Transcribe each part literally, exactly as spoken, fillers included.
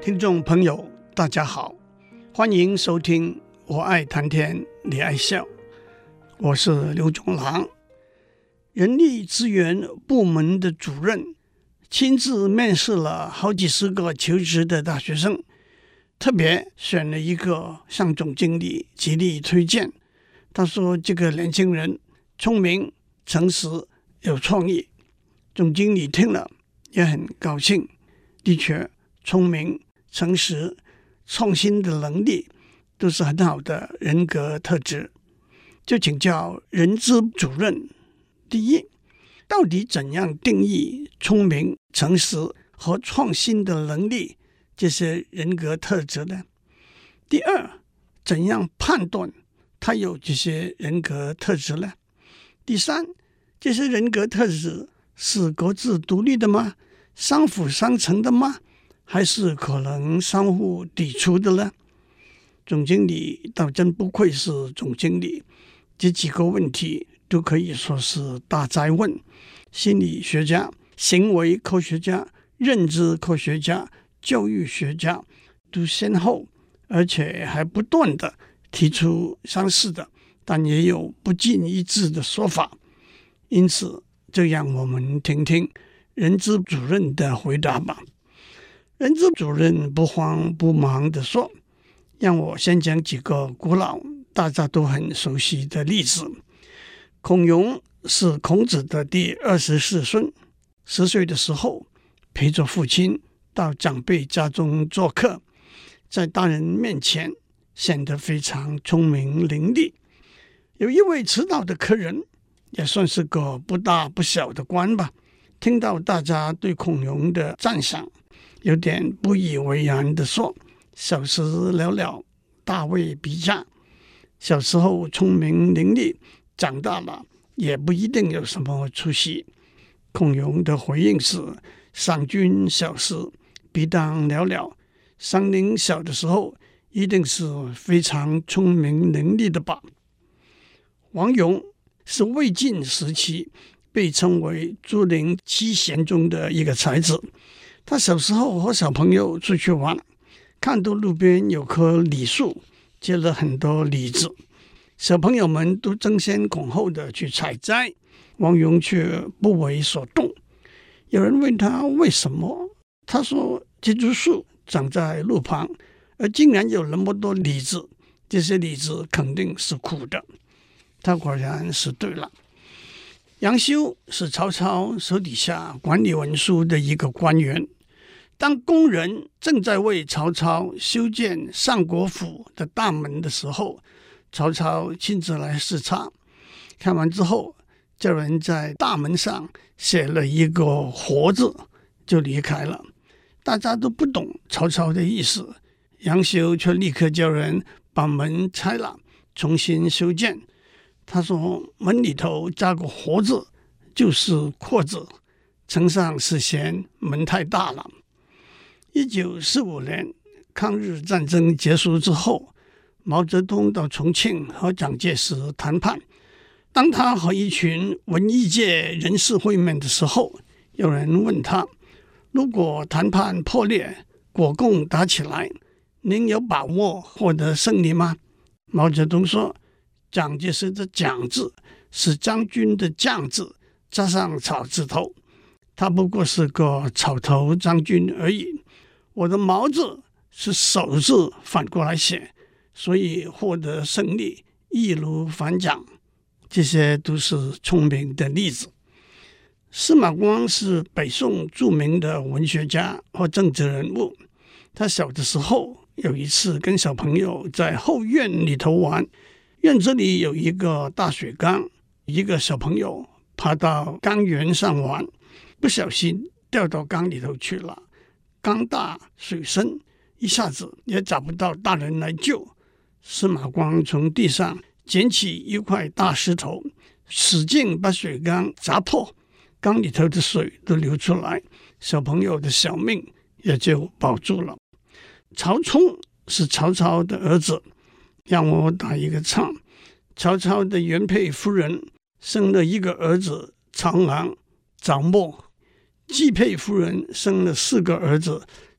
听众朋友大家好，欢迎收听我爱谈天你爱笑，我是刘总郎。人力资源部门的主任亲自面试了好几十个求职的大学生，特别选了一个向总经理极力推荐。他说这个年轻人聪明、诚实、有创意。总经理听了也很高兴，的确聪明、诚实、创新的能力都是很好的人格特质。就请教人资主任，第一，到底怎样定义聪明、诚实和创新的能力这些人格特质呢？第二，怎样判断他有这些人格特质呢？第三，这些人格特质是各自独立的吗？相辅相成的吗？还是可能相互抵触的呢？总经理倒真不愧是总经理，这几个问题都可以说是大哉问。心理学家、行为科学家、认知科学家、教育学家都先后而且还不断的提出相似的，但也有不尽一致的说法。因此就让我们听听人资主任的回答吧。人资主任不慌不忙地说，让我先讲几个古老大家都很熟悉的例子。孔融是孔子的第二十四孙，十岁的时候陪着父亲到长辈家中做客，在大人面前显得非常聪明伶俐。有一位迟到的客人，也算是个不大不小的官吧，听到大家对孔融的赞赏，有点不以为然地说，小时了了，大未必佳。小时候聪明伶俐，长大了也不一定有什么出息。孔融的回应是，上君小时必当了了，上您小的时候一定是非常聪明伶俐的吧。王戎是魏晋时期被称为竹林七贤中的一个才子。他小时候和小朋友出去玩，看到路边有棵李树，结了很多李子，小朋友们都争先恐后的去采摘，王戎却不为所动。有人问他为什么，他说这株树长在路旁，而竟然有那么多李子，这些李子肯定是苦的。他果然是对了。杨修是曹操手底下管理文书的一个官员。当工人正在为曹操修建上国府的大门的时候，曹操亲自来视察，看完之后叫人在大门上写了一个活字就离开了。大家都不懂曹操的意思，杨修却立刻叫人把门拆了，重新修建。他说门里头加个活字就是阔字，呈上是嫌门太大了。一九四五年抗日战争结束之后，毛泽东到重庆和蒋介石谈判。当他和一群文艺界人士会面的时候，有人问他，如果谈判破裂，国共打起来，您有把握获得胜利吗？毛泽东说，蒋介石的蒋字是将军的将字加上草字头，他不过是个草头将军而已。我的毛字是手字反过来写，所以获得胜利易如反掌。这些都是聪明的例子。司马光是北宋著名的文学家和政治人物。他小的时候有一次跟小朋友在后院里头玩，院子里有一个大水缸，一个小朋友爬到缸沿上玩，不小心掉到缸里头去了。缸大水深，一下子也找不到大人来救。司马光从地上捡起一块大石头，使劲把水缸砸破，缸里头的水都流出来，小朋友的小命也就保住了。曹冲是曹操的儿子，让我打一个岔。曹操的原配夫人生了一个儿子曹昂、曹沫，季佩夫人生了四个儿子，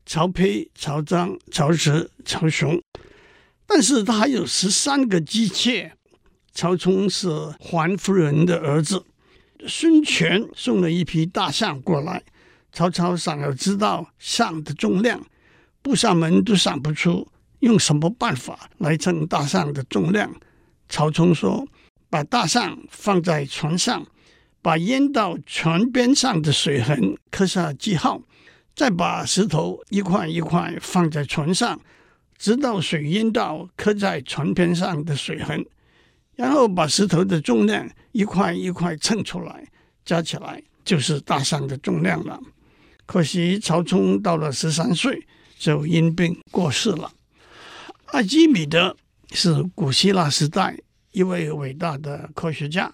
曹丕、曹彰、曹植、曹雄，但是他还有十三个姬妾。曹冲是桓夫人的儿子，孙权送了一匹大象过来，曹操想要知道象的重量，部下们都想不出用什么办法来称大象的重量。曹冲说，把大象放在船上，把淹到船边上的水痕刻下记号，再把石头一块一块放在船上，直到水淹到刻在船边上的水痕，然后把石头的重量一块一块称出来，加起来就是大象的重量了。可惜曹冲到了十三岁就因病过世了。阿基米德是古希腊时代一位伟大的科学家，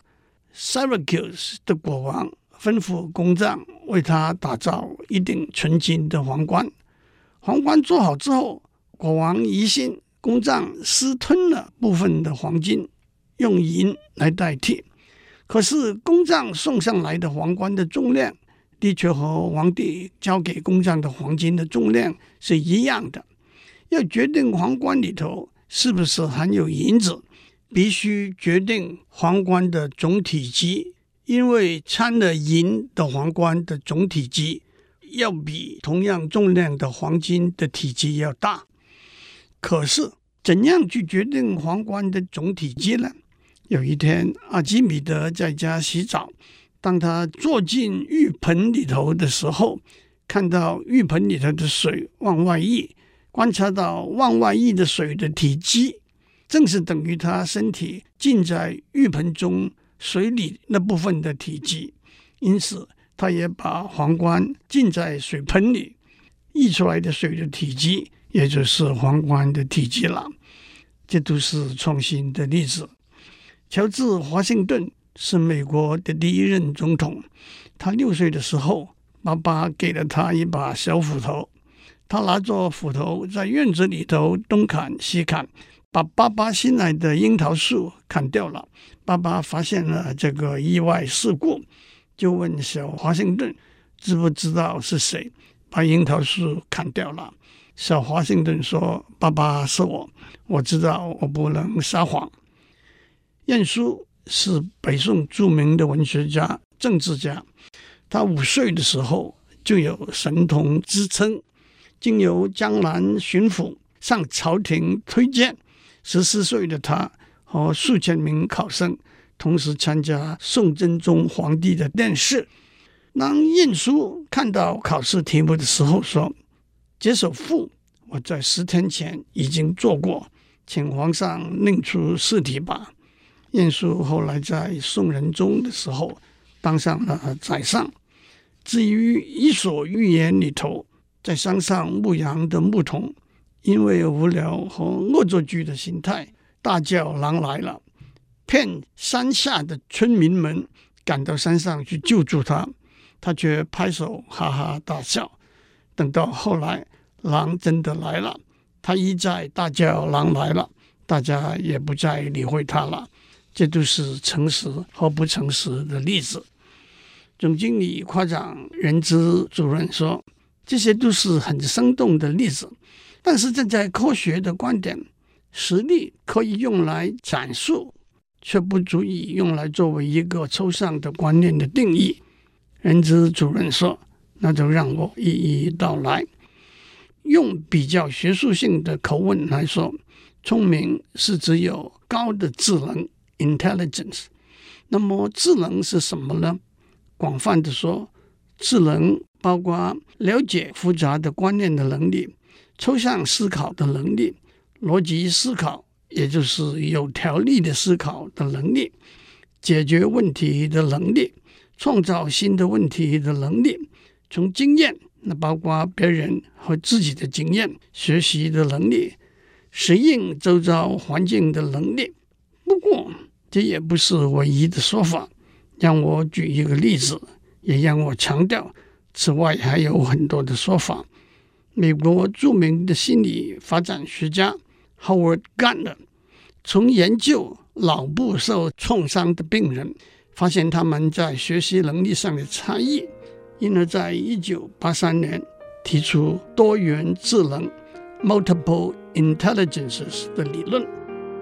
Syracuse 的国王吩咐工匠为他打造一顶纯金的皇冠。皇冠做好之后，国王疑心工匠私吞了部分的黄金，用银来代替。可是工匠送上来的皇冠的重量的确和皇帝交给工匠的黄金的重量是一样的。要决定皇冠里头是不是含有银子，必须决定皇冠的总体积，因为掺了银的皇冠的总体积要比同样重量的黄金的体积要大。可是怎样去决定皇冠的总体积呢？有一天，阿基米德在家洗澡，当他坐进浴盆里头的时候，看到浴盆里头的水往外溢，观察到往外溢的水的体积正是等于他身体浸在浴盆中水里那部分的体积，因此他也把皇冠浸在水盆里，溢出来的水的体积也就是皇冠的体积了。这都是创新的例子。乔治·华盛顿是美国的第一任总统，他六岁的时候，爸爸给了他一把小斧头，他拿着斧头在院子里头东砍西砍，把爸爸新来的樱桃树砍掉了。爸爸发现了这个意外事故，就问小华盛顿知不知道是谁把樱桃树砍掉了。小华盛顿说，爸爸是我，我知道我不能撒谎。晏殊是北宋著名的文学家、政治家，他五岁的时候就有神童之称，经由江南巡抚向朝廷推荐。十四岁的他和数千名考生同时参加宋真宗皇帝的殿试。当晏殊看到考试题目的时候说，这首赋我在十天前已经做过，请皇上另出试题吧。晏殊后来在宋仁宗的时候当上了宰相。至于《伊索寓言》里头在山上牧羊的牧童，因为无聊和恶作剧的心态，大叫狼来了，骗山下的村民们赶到山上去救助他，他却拍手哈哈大笑。等到后来狼真的来了，他一再大叫狼来了，大家也不再理会他了。这都是诚实和不诚实的例子。总经理夸奖人资主任说，这些都是很生动的例子，但是站在科学的观点，实例可以用来阐述，却不足以用来作为一个抽象的观念的定义。人资主任说，那就让我一一道来。用比较学术性的口吻来说，聪明是只有高的智能 intelligence。 那么智能是什么呢？广泛的说，智能包括了解复杂的观念的能力，抽象思考的能力，逻辑思考，也就是有条理的思考的能力，解决问题的能力，创造新的问题的能力，从经验，那包括别人和自己的经验学习的能力，适应周遭环境的能力。不过这也不是唯一的说法，让我举一个例子，也让我强调，此外还有很多的说法。美国著名的心理发展学家 Howard Gardner 从研究脑部受创伤的病人，发现他们在学习能力上的差异，因而在一九八三年提出多元智能 （multiple intelligences） 的理论。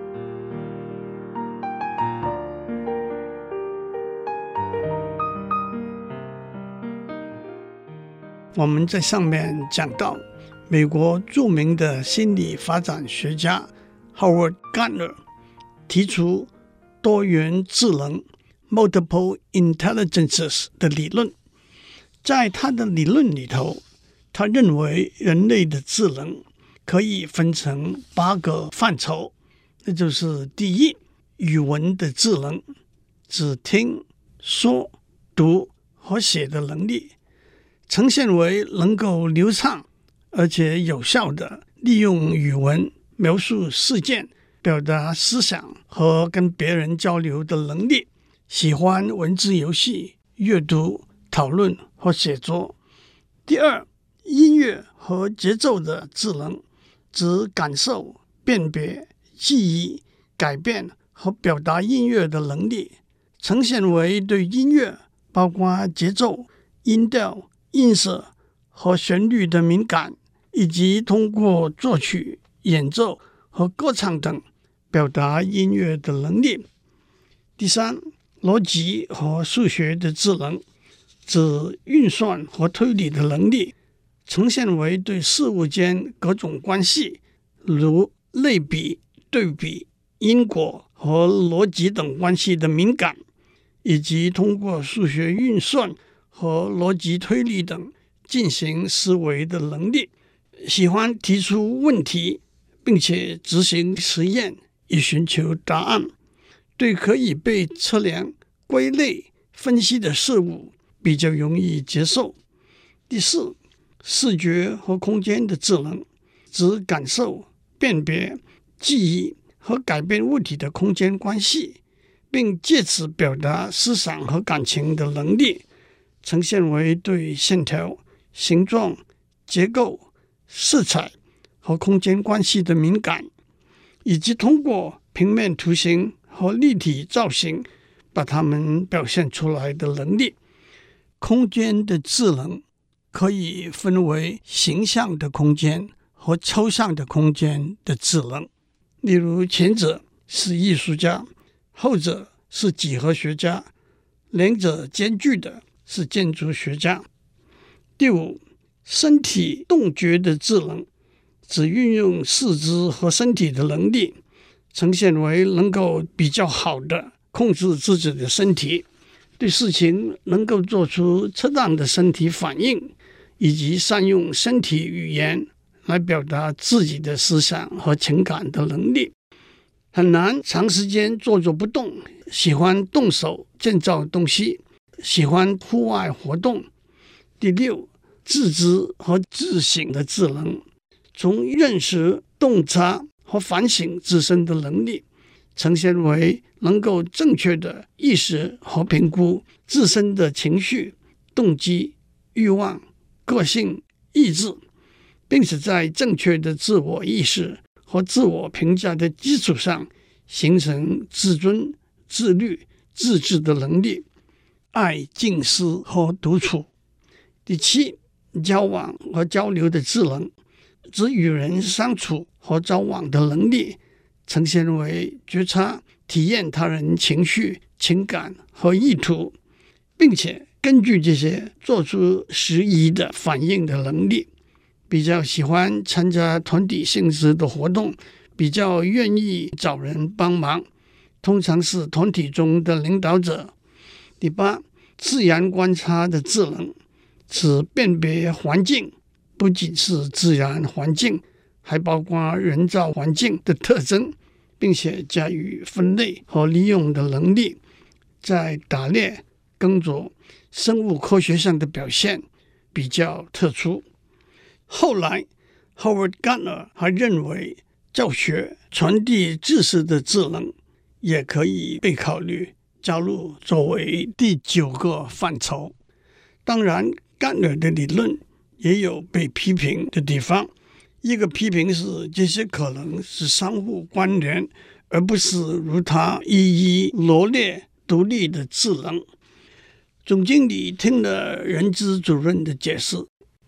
我们在上面讲到，美国著名的心理发展学家 Howard Gardner 提出多元智能 multiple intelligences 的理论。在他的理论里头，他认为人类的智能可以分成八个范畴，那就是第一，语文的智能，指听、说、读和写的能力，呈现为能够流畅而且有效的利用语文描述事件、表达思想和跟别人交流的能力，喜欢文字游戏、阅读、讨论和写作。第二，音乐和节奏的智能，指感受、辨别、记忆、改变和表达音乐的能力，呈现为对音乐包括节奏、音调、音色和旋律的敏感，以及通过作曲、演奏和歌唱等表达音乐的能力。第三，逻辑和数学的智能，指运算和推理的能力，呈现为对事物间各种关系，如类比、对比、因果和逻辑等关系的敏感，以及通过数学运算和逻辑推理等进行思维的能力。喜欢提出问题，并且执行实验以寻求答案，对可以被测量、归类、分析的事物比较容易接受。第四，视觉和空间的智能，指感受、辨别、记忆和改变物体的空间关系，并借此表达思想和感情的能力，呈现为对线条、形状、结构、色彩和空间关系的敏感，以及通过平面图形和立体造型把它们表现出来的能力。空间的智能可以分为形象的空间和抽象的空间的智能，例如前者是艺术家，后者是几何学家，两者兼具的是建筑学家。第五，身体动觉的智能，指运用四肢和身体的能力，呈现为能够比较好的控制自己的身体，对事情能够做出恰当的身体反应，以及善用身体语言来表达自己的思想和情感的能力。很难长时间坐着不动，喜欢动手建造东西，喜欢户外活动。第六，自知和自省的智能，从认识、洞察和反省自身的能力，呈现为能够正确的意识和评估自身的情绪、动机、欲望、个性、意志，并且在正确的自我意识和自我评价的基础上，形成自尊、自律、自治的能力。爱静思和独处。第七，交往和交流的智能，指与人相处和交往的能力，呈现为觉察、体验他人情绪、情感和意图，并且根据这些做出适宜的反应的能力。比较喜欢参加团体性质的活动，比较愿意找人帮忙，通常是团体中的领导者。第八，自然观察的智能，指辨别环境，不仅是自然环境，还包括人造环境的特征，并且加以分类和利用的能力，在打猎、耕作、生物科学上的表现比较特殊。后来 Howard Gardner 还认为，教学、传递知识的智能也可以被考虑加入作为第九个范畴。当然 Gardner 的理论也有被批评的地方，一个批评是这些可能是相互关联，而不是如他一一罗列独立的智能。总经理听了人资主任的解释，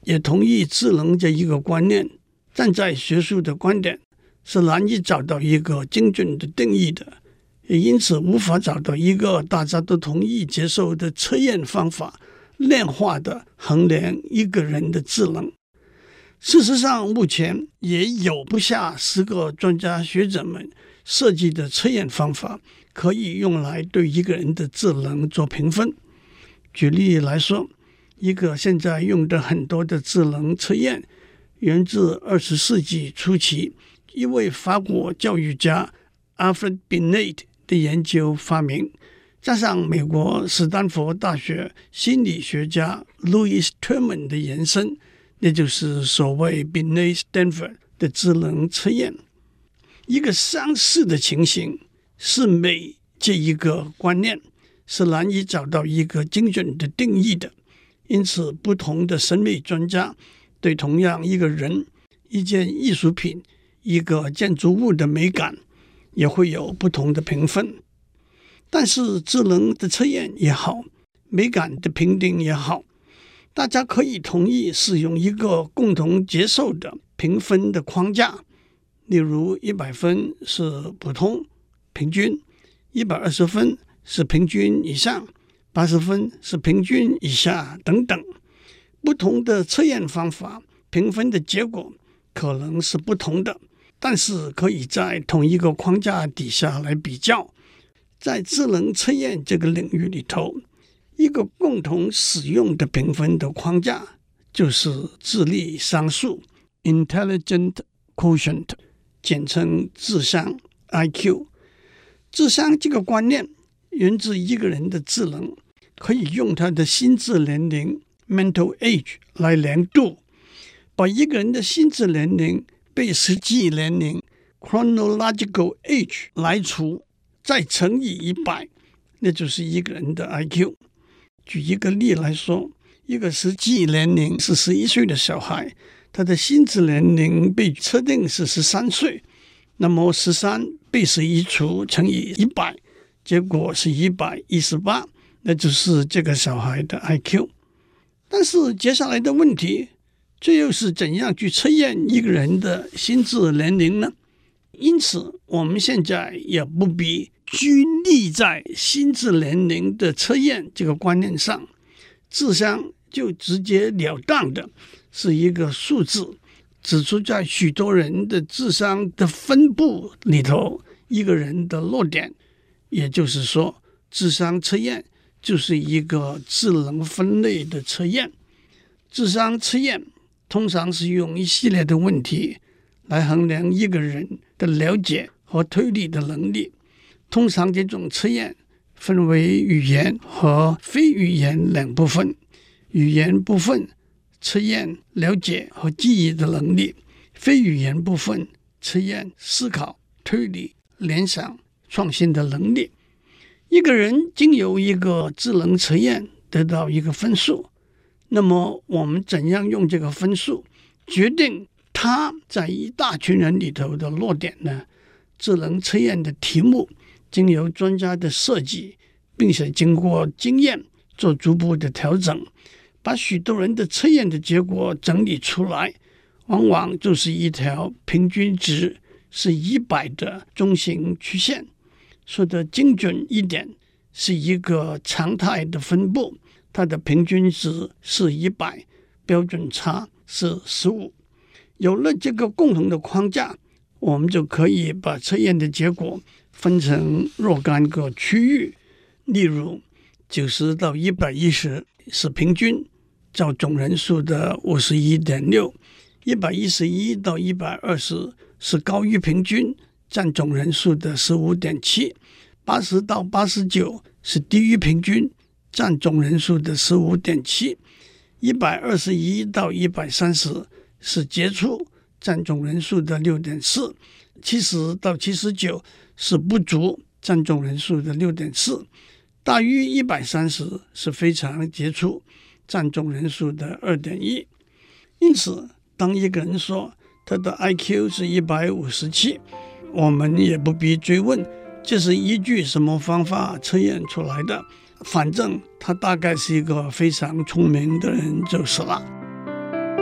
也同意智能这一个观念，站在学术的观点是难以找到一个精准的定义的，也因此无法找到一个大家都同意接受的测验方法，量化的衡量一个人的智能。事实上，目前也有不下十个专家学者们设计的测验方法，可以用来对一个人的智能做评分。举例来说，一个现在用的很多的智能测验，源自二十世纪初期一位法国教育家 Alfred Binet 的研究发明，加上美国斯坦福大学心理学家 Louis Terman 的延伸，那就是所谓 Binet-Stanford 的智能测验。一个相似的情形是美这一个观念是难以找到一个精准的定义的，因此不同的审美专家对同样一个人、一件艺术品、一个建筑物的美感也会有不同的评分。但是智能的测验也好，美感的评定也好，大家可以同意使用一个共同接受的评分的框架，例如一百分是普通、平均，一百二十分是平均以上，八十分是平均以下等等。不同的测验方法评分的结果可能是不同的，但是可以在同一个框架底下来比较。在智能测验这个领域里头，一个共同使用的评分的框架就是智力商数 Intelligent Quotient， 简称智商 I Q。 智商这个观念源自一个人的智能可以用他的心智年龄 Mental Age 来量度，把一个人的心智年龄被实际年龄 Chronological Age 来除，再乘以一百，那就是一个人的 I Q。 举一个例来说，一个实际年龄是十一岁的小孩，他的心智年龄被测定是十三岁，那么十三被十一除乘以一百，结果是一百一十八，那就是这个小孩的 I Q。 但是接下来的问题，这又是怎样去测验一个人的心智年龄呢？因此我们现在也不必拘泥在心智年龄的测验这个观念上，智商就直截了当的是一个数字，指出在许多人的智商的分布里头一个人的落点。也就是说，智商测验就是一个智能分类的测验。智商测验通常是用一系列的问题来衡量一个人的了解和推理的能力。通常这种测验分为语言和非语言两部分。语言部分测验了解和记忆的能力，非语言部分测验思考、推理、联想、创新的能力。一个人经由一个智能测验得到一个分数，那么我们怎样用这个分数决定他在一大群人里头的落点呢？智能测验的题目经由专家的设计，并且经过经验做逐步的调整，把许多人的测验的结果整理出来，往往就是一条平均值是一百的中型曲线。说的精准一点，是一个常态的分布，它的平均值是一百，标准差是十五。有了这个共同的框架，我们就可以把测验的结果分成若干个区域。例如九十到一百一十是平均，照总人数的 五十一点六， 一百一十一到一百二十是高于平均，占总人数的 十五点七， 八十到八十九是低于平均，占总人数的 十五点七， 一百二十一到一百三十是杰出，占总人数的 六点四， 七十到七十九是不足，占总人数的 六点四， 大于一百三十是非常杰出，占总人数的 二点一。 因此当一个人说他的 I Q 是一百五十七，我们也不必追问这是依据什么方法测验出来的，反正他大概是一个非常聪明的人就是了。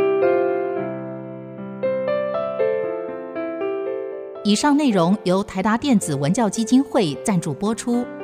以上内容由台达电子文教基金会赞助播出。